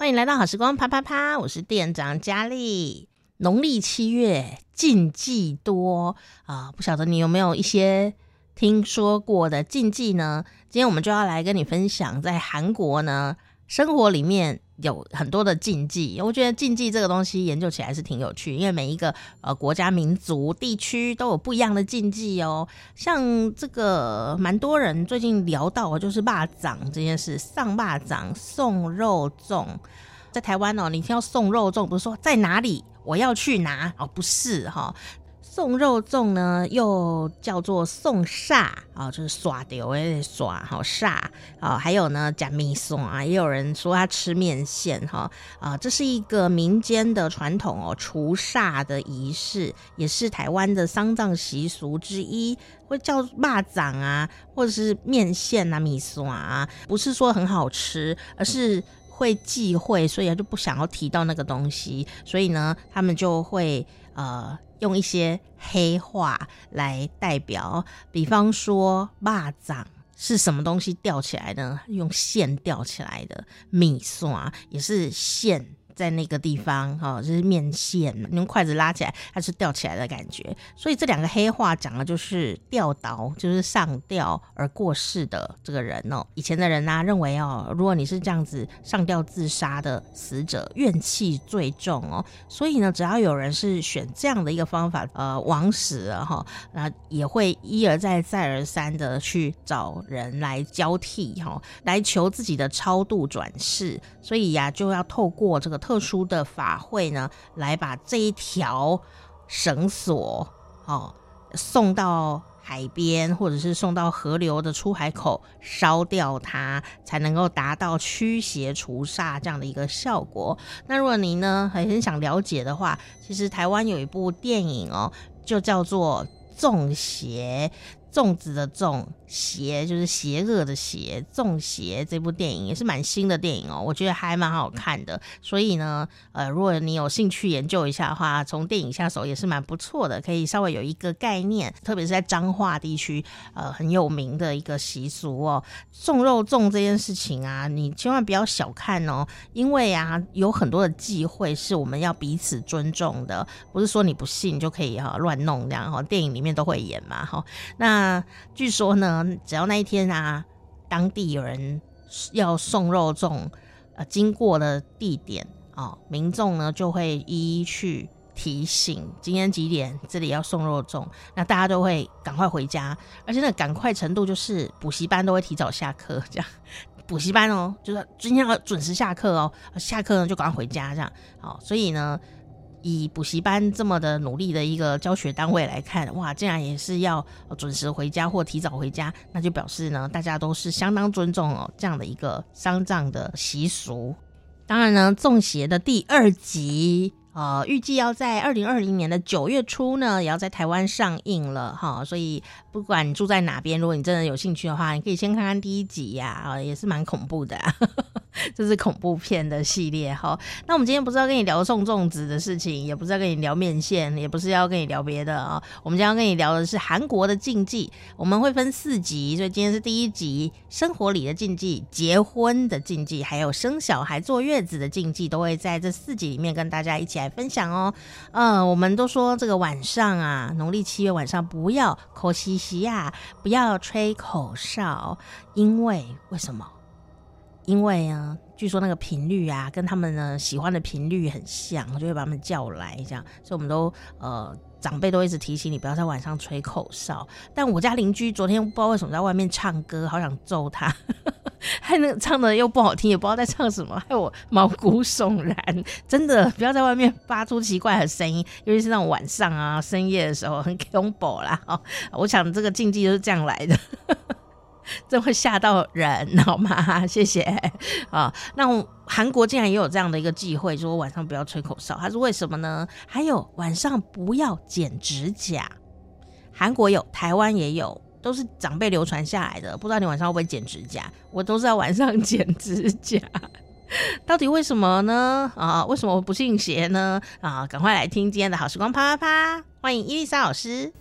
欢迎来到好时光啪啪啪，我是店长佳丽。农历7月禁忌多不晓得你有没有一些听说过的禁忌呢？今天我们就要来跟你分享，在韩国呢，生活里面有很多的禁忌。我觉得禁忌这个东西研究起来是挺有趣，因为每一个国家、民族、地区都有不一样的禁忌哦。像这个蛮多人最近聊到就是肉粽这件事，送肉粽、送肉粽。在台湾你听到送肉粽，不是说在哪里我要去拿不是送肉粽呢又叫做送煞就是耍丢的耍煞还有呢吃米线也有人说他吃面线这是一个民间的传统除煞的仪式，也是台湾的丧葬习俗之一，会叫肉粽或者是面线米线不是说很好吃，而是会忌讳，所以就不想要提到那个东西，所以呢他们就会用一些黑话来代表，比方说肉粽是什么东西吊起来呢？用线吊起来的，米线也是线在那个地方就是面线，用筷子拉起来它是吊起来的感觉。所以这两个黑话讲的就是吊倒，就是上吊而过世的这个人以前的人认为如果你是这样子上吊自杀的死者，怨气最重所以呢只要有人是选这样的一个方法枉死了那也会一而再再而三的去找人来交替来求自己的超度转世。所以就要透过这个特殊的法会呢，来把这一条绳索送到海边，或者是送到河流的出海口烧掉它，才能够达到驱邪除煞这样的一个效果。那如果你呢很想了解的话，其实台湾有一部电影就叫做粽邪，粽子的粽，邪就是邪恶的邪，粽邪这部电影也是蛮新的电影我觉得还蛮好看的。所以呢如果你有兴趣研究一下的话，从电影下手也是蛮不错的，可以稍微有一个概念，特别是在彰化地区很有名的一个习俗送肉粽这件事情你千万不要小看因为有很多的忌讳是我们要彼此尊重的，不是说你不信就可以乱弄这样电影里面都会演嘛那据说呢只要那一天当地有人要送肉粽经过的地点民众呢就会一一去提醒今天几点这里要送肉粽，那大家都会赶快回家，而且那赶快程度就是补习班都会提早下课这样，补习班就是今天要准时下课下课呢就赶快回家这样所以呢以补习班这么的努力的一个教学单位来看，哇，竟然也是要准时回家或提早回家，那就表示呢大家都是相当尊重这样的一个丧葬的习俗。当然呢粽邪的第2集预计要在2020年的9月初呢也要在台湾上映了所以不管你住在哪边，如果你真的有兴趣的话，你可以先看看第1集也是蛮恐怖的这是恐怖片的系列那我们今天不是要跟你聊送粽子的事情，也不是要跟你聊面线，也不是要跟你聊别的我们今天要跟你聊的是韩国的禁忌。我们会分4集，所以今天是第1集，生活里的禁忌、结婚的禁忌，还有生小孩坐月子的禁忌，都会在这4集里面跟大家一起来分享我们都说这个晚上农历7月晚上不要口西西不要吹口哨，为什么？因为据说那个频率跟他们呢喜欢的频率很像，就会把他们叫来这样，所以我们都长辈都一直提醒你不要在晚上吹口哨。但我家邻居昨天不知道为什么在外面唱歌，好想揍他还那唱的又不好听，也不知道在唱什么，害我毛骨悚然。真的不要在外面发出奇怪的声音，尤其是那种晚上深夜的时候很恐怖啦我想这个禁忌就是这样来的真会吓到人好吗？谢谢那韩国竟然也有这样的一个忌讳，说晚上不要吹口哨，它是为什么呢？还有晚上不要剪指甲，韩国有，台湾也有，都是长辈流传下来的。不知道你晚上会不会剪指甲？我都是在晚上剪指甲到底为什么呢？为什么我不信邪呢？赶快来听今天的好时光啪啪啪，欢迎伊丽莎老师。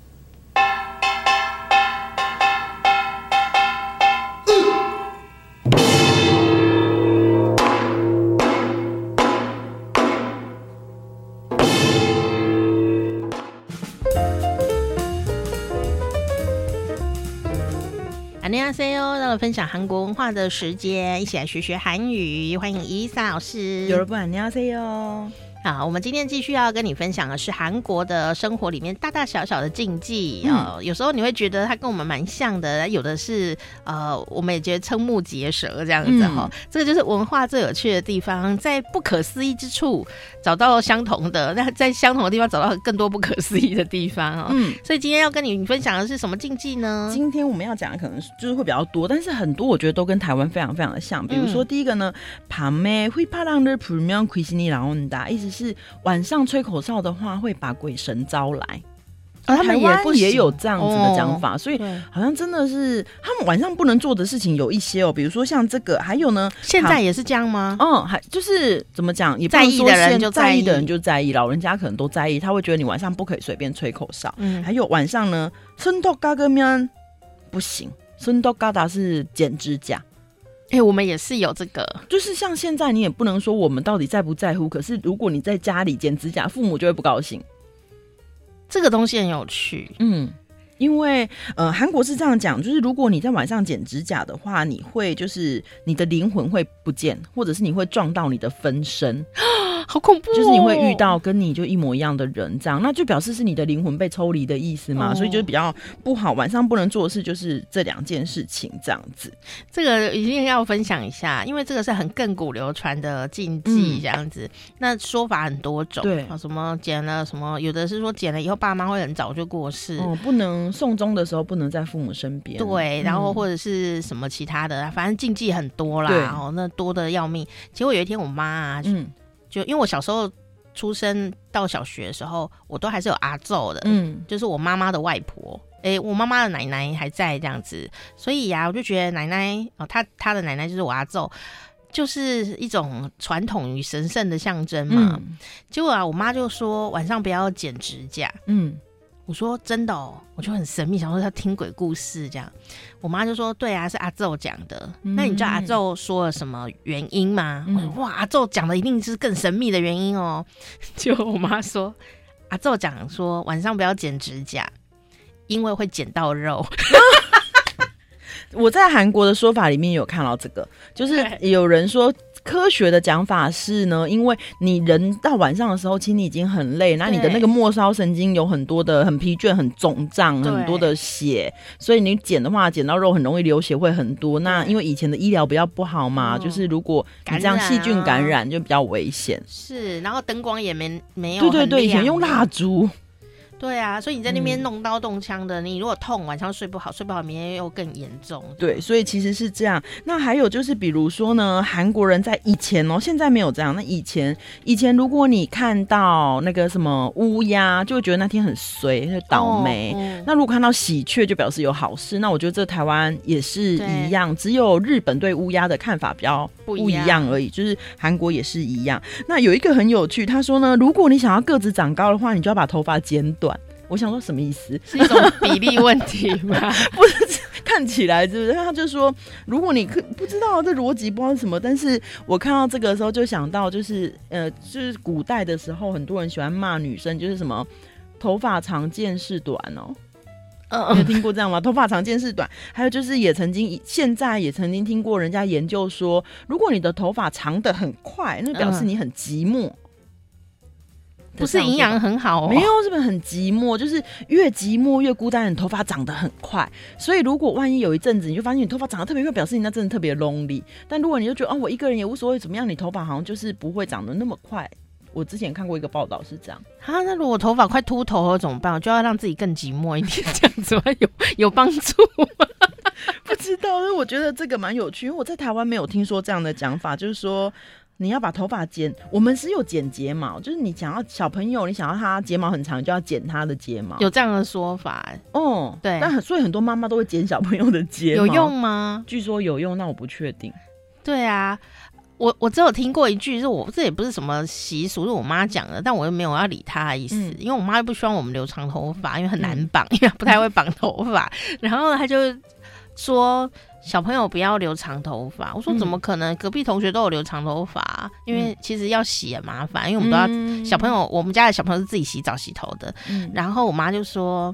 안녕하세요，到了分享韩国文化的时间，一起来学学韩语。欢迎伊莎老师。 여러분 안녕하세요。 好，我们今天继续要跟你分享的是韩国的生活里面大大小小的禁忌。有时候你会觉得它跟我们蛮像的，有的是我们也觉得瞠目结舌这样子这个就是文化最有趣的地方，在不可思议之处找到相同的，那在相同的地方找到更多不可思议的地方所以今天要跟你分享的是什么禁忌呢？ 今天我们要讲的可能就是会比较多，但是很多我觉得都跟台湾非常非常的像。比如说第一个呢，밤에 휘파람을 불면 귀신이 나온다，意思是晚上吹口哨的话会把鬼神招来。他们也有这样子的讲法，所以好像真的是他们晚上不能做的事情有一些比如说像这个，还有呢， 现在也是这样吗？ 还就是怎么讲，也不能说在意的人就在意，老人家可能都在意，他会觉得你晚上不可以随便吹口哨。还有晚上呢，손톱 깎으면不行，손톱 깎다是剪指甲。 我们也是有这个， 就是像现在你也不能说我们到底在不在乎，可是如果你在家里剪指甲，父母就会不高兴。 这个东西很有趣， 因为韩国是这样讲，就是如果你在晚上剪指甲的话，你会就是你的灵魂会不见，或者是你会撞到你的分身。 好恐怖就是你会遇到跟你就一模一样的人，这样那就表示是你的灵魂被抽离的意思嘛，所以就是比较不好。晚上不能做的事就是这两件事情这样子。 这个一定要分享一下，因为这个是很亘古流传的禁忌这样子。那说法很多种， 对什么剪了什么，有的是说剪了以后爸妈会很早就过世， 不能送终的时候不能在父母身边， 对，然后或者是什么其他的，反正禁忌很多啦，那多的要命。结果有一天我妈就因为我小时候出生到小学的时候，我都还是有阿祖的，就是我妈妈的外婆，我妈妈的奶奶还在这样子，所以我就觉得奶奶她的奶奶就是我阿祖，就是一种传统与神圣的象征嘛。结果我妈就说晚上不要剪指甲，我说真的我就很神秘，想说她听鬼故事这样。我妈就说对啊，是阿祖讲的。那你知道阿祖说了什么原因吗？我说哇，阿祖讲的一定是更神秘的原因就我妈说阿祖讲说晚上不要剪指甲，因为会剪到肉。 我在韩国的说法里面有看到这个，就是有人说科学的讲法是呢，因为你人到晚上的时候其实你已经很累，那你的那个末梢神经有很多的很疲倦很肿胀，很多的血，所以你剪的话剪到肉很容易流血会很多。那因为以前的医疗比较不好嘛，就是如果你这样细菌感染就比较危险。 是，然后灯光也没有很亮， 对，以前用蜡烛。 对啊，所以你在那边弄刀动枪的，你如果痛晚上睡不好，明天又更严重。 对，所以其实是这样。那还有就是比如说呢，韩国人在以前现在没有这样。那以前如果你看到那个什么乌鸦，就会觉得那天很衰，就倒霉。那如果看到喜鹊，就表示有好事。那我觉得这台湾也是一样，只有日本对乌鸦的看法比较不一样而已，就是韩国也是一样。那有一个很有趣，他说呢，如果你想要个子长高的话，你就要把头发剪短。我想说什么意思？ 是一种比例问题吗？ 不是，看起来是不是？他就说，如果你不知道这逻辑不知道是什么，但是我看到这个的时候就想到，就是就是古代的时候，很多人喜欢骂女生，就是什么头发长见识短你有听过这样吗？头发长见识短。还有就是现在也曾经听过人家研究说，如果你的头发长得很快，那表示你很寂寞。 不是营养很好没有，是不是很寂寞？就是越寂寞越孤单，你头发长得很快。所以如果万一有一阵子你就发现你头发长得特别快，表示你那真的特别 lonely。但如果你就觉得我一个人也无所谓怎么样，你头发好像就是不会长得那么快。我之前看过一个报道是这样。 那如果头发快秃头了怎么办？我就要让自己更寂寞一点，这样子吗？有帮助吗？ 不知道，但是我觉得这个蛮有趣，因为我在台湾没有听说这样的讲法，就是说你要把头发剪，我们是有剪睫毛，就是你想要小朋友，你想要他睫毛很长，你就要剪他的睫毛， 有这样的说法。对， 但所以很多妈妈都会剪小朋友的睫毛， 有用吗？ 据说有用，那我不确定。 对啊，我只有听过一句，这也不是什么习俗，是我妈讲的，但我又没有要理她的意思，因为我妈又不希望我们留长头发，因为很难绑，因为她不太会绑头发，然后她就说小朋友不要留长头发。我说怎么可能？隔壁同学都有留长头发，因为其实要洗很麻烦，因为我们都要小朋友，我们家的小朋友是自己洗澡洗头的。然后我妈就说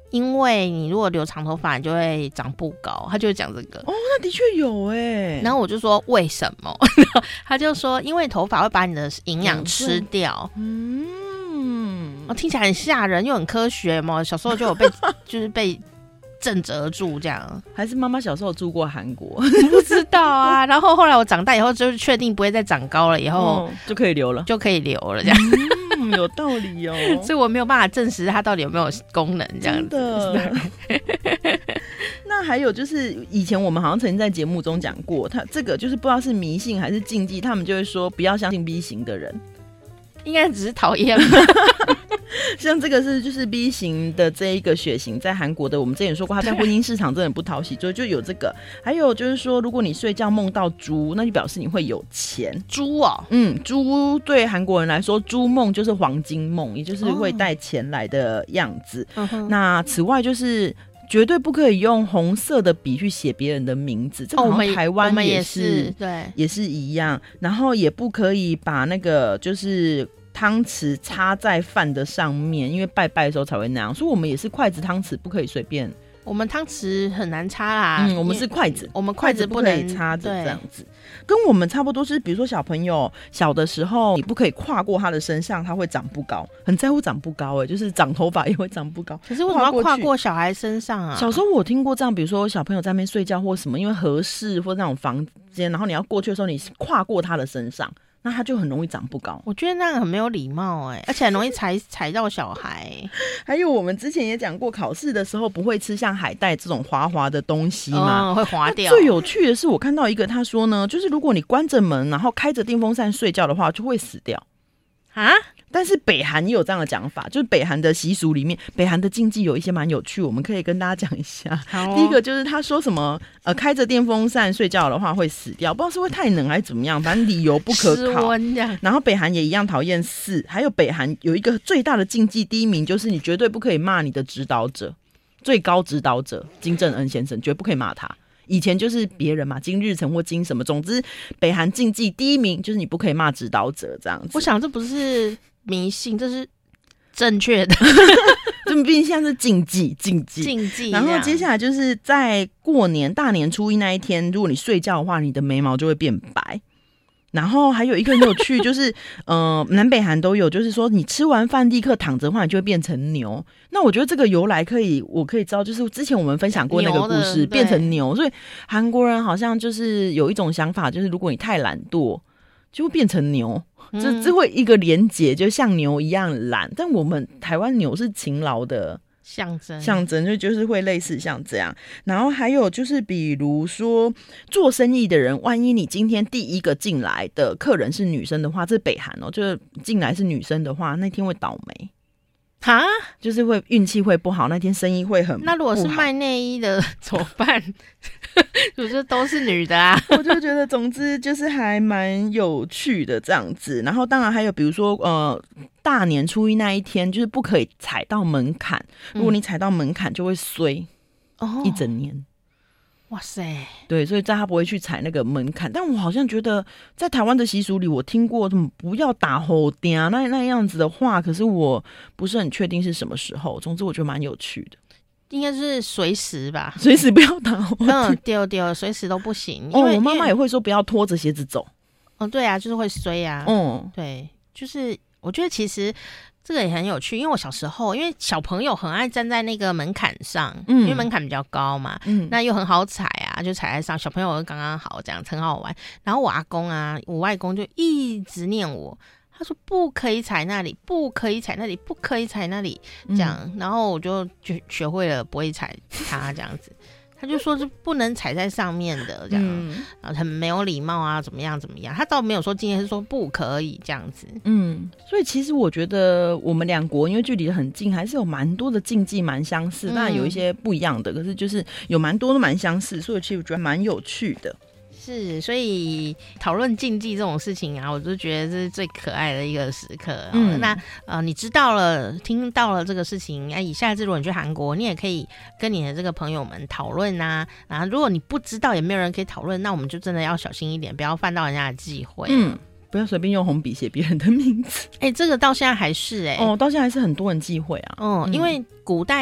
因为你如果留长头发，你就会长不高，他就会讲这个。 哦，那的确有哎。 然后我就说为什么？他就说因为头发会把你的营养吃掉。听起来很吓人又很科学嘛。小时候就有被就是被震慑住这样。 还是妈妈小时候住过韩国？ 不知道啊。然后后来我长大以后就是确定不会再长高了以后， 就可以留了， 就可以留了这样。 有道理哦。 所以我没有办法证实它到底有没有功能这样子。 真的。那还有就是以前我们好像曾经在节目中讲过，他这个就是不知道是迷信还是禁忌，他们就会说不要相信 B 型的人。 应该只是讨厌。 像这个是就是 B 型的这一个血型，在韩国的我们之前说过，他在婚姻市场真的不讨喜，所以就有这个。还有就是说，如果你睡觉梦到猪，那就表示你会有钱。 猪哦， 猪对韩国人来说，猪梦就是黄金梦，也就是会带钱来的样子。那此外就是绝对不可以用红色的笔去写别人的名字，这个好像台湾也是， 对， 也是一样。然后也不可以把那个就是汤匙插在饭的上面，因为拜拜的时候才会那样。所以我们也是筷子汤匙不可以随便。 我们汤匙很难插啦， 我们是筷子， 我们筷子不可以插着这样子。跟我们差不多，是比如说小朋友小的时候，你不可以跨过他的身上，他会长不高，很在乎长不高就是长头发也会长不高。 可是为什么要跨过小孩身上啊？ 小时候我听过这样，比如说小朋友在那边睡觉或什么，因为合适或那种房间，然后你要过去的时候，你跨过他的身上，那他就很容易长不高。 我觉得那个很没有礼貌而且很容易踩到小孩。 还有我们之前也讲过，考试的时候不会吃像海带这种滑滑的东西嘛， 会滑掉。 最有趣的是我看到一个他说呢，就是如果你关着门然后开着电风扇睡觉的话就会死掉啊。 但是北韩也有这样的讲法，就是北韩的习俗里面，北韩的禁忌有一些蛮有趣，我们可以跟大家讲一下。第一个就是他说什么开着电风扇睡觉的话会死掉，不知道是会太冷还是怎么样，反正理由不可考。然后北韩也一样讨厌4，还有北韩有一个最大的禁忌，第一名就是你绝对不可以骂你的指导者，最高指导者金正恩先生，绝不可以骂他。以前就是别人嘛，金日成或金什么，总之北韩禁忌第一名就是你不可以骂指导者这样子。 我想这不是迷信，这是正确的。 这毕竟现在是禁忌。然后接下来就是在过年大年初一那一天，如果你睡觉的话，你的眉毛就会变白。然后还有一个很有趣，就是南北韩都有，就是说你吃完饭立刻躺着的话，你就会变成牛。那我觉得这个由来我可以知道，就是之前我们分享过那个故事，变成牛。所以韩国人好像就是有一种想法，就是如果你太懒惰，就会变成牛。这会一个连结，就像牛一样懒。但我们台湾牛是勤劳的象征，就是会类似像这样。然后还有就是比如说做生意的人，万一你今天第一个进来的客人是女生的话，这是北韩就是进来是女生的话，那天会倒霉哈， 就是会运气会不好，那天生意会很不好。 那如果是卖内衣的怎么办？我觉得都是女的啊。 我就觉得总之就是还蛮有趣的这样子。然后当然还有比如说大年初一那一天就是不可以踩到门槛，如果你踩到门槛就会衰一整年。 哇塞， 对，所以他不会去踩那个门槛。但我好像觉得在台湾的习俗里，我听过怎么不要打吼钉那样子的话，可是我不是很确定是什么时候。总之我觉得蛮有趣的。 应该是随时吧， 随时不要打吼钉。 丢随时都不行。因为我妈妈也会说不要拖着鞋子走。 对啊，就是会衰啊。对，就是我觉得其实这个也很有趣，因为我小时候，因为小朋友很爱站在那个门槛上，因为门槛比较高嘛，那又很好踩啊，就踩在上，小朋友刚刚好这样，很好玩。然后我阿公啊，我外公就一直念我，他说不可以踩那里，不可以踩那里，不可以踩那里，这样，然后我就学会了不会踩它这样子。他就说是不能踩在上面的这样，很没有礼貌啊，怎么样，他倒没有说今天是说不可以这样子。 所以其实我觉得我们两国因为距离很近，还是有蛮多的禁忌蛮相似，当然有一些不一样的，可是就是有蛮多都蛮相似，所以其实我觉得蛮有趣的。 是，所以讨论禁忌这种事情啊，我就觉得这是最可爱的一个时刻。那你知道了，听到了这个事情，以下次如果你去韩国，你也可以跟你的这个朋友们讨论啊。然后如果你不知道，也没有人可以讨论，那我们就真的要小心一点，不要犯到人家的忌讳。 不要随便用红笔写别人的名字。 这个到现在还是到现在还是很多人忌讳啊。 因为古代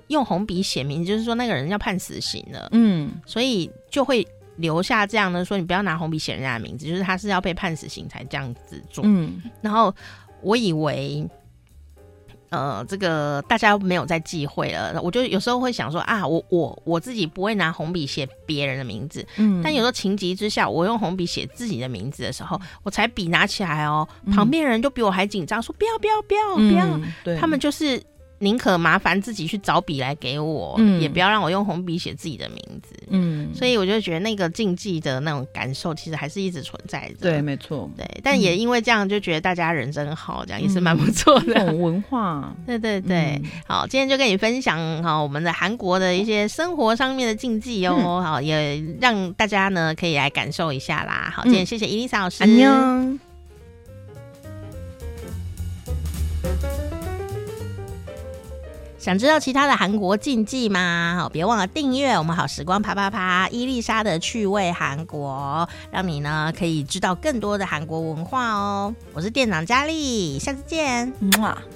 用红笔写名字，就是说那个人要判死刑了，所以就会留下这样的说，你不要拿红笔写人家的名字，就是他是要被判死刑才这样子做。然后我以为这个大家没有在忌讳了，我就有时候会想说啊，我自己不会拿红笔写别人的名字，但有时候情急之下，我用红笔写自己的名字的时候，我才笔拿起来哦，旁边人就比我还紧张，说不要，他们就是宁可麻烦自己去找笔来给我，也不要让我用红笔写自己的名字。所以我就觉得那个禁忌的那种感受其实还是一直存在着。 对，没错。 对，但也因为这样就觉得大家人真好，这样也是蛮不错的。 这种文化。 对。好，今天就跟你分享我们的韩国的一些生活上面的禁忌哦。好，也让大家呢可以来感受一下啦。好，今天谢谢伊丽莎老师。 안녕。 想知道其他的韩国禁忌吗？好，别忘了订阅我们好时光啪啪啪伊丽莎的趣味韩国，让你呢可以知道更多的韩国文化哦。我是店长佳丽，下次见。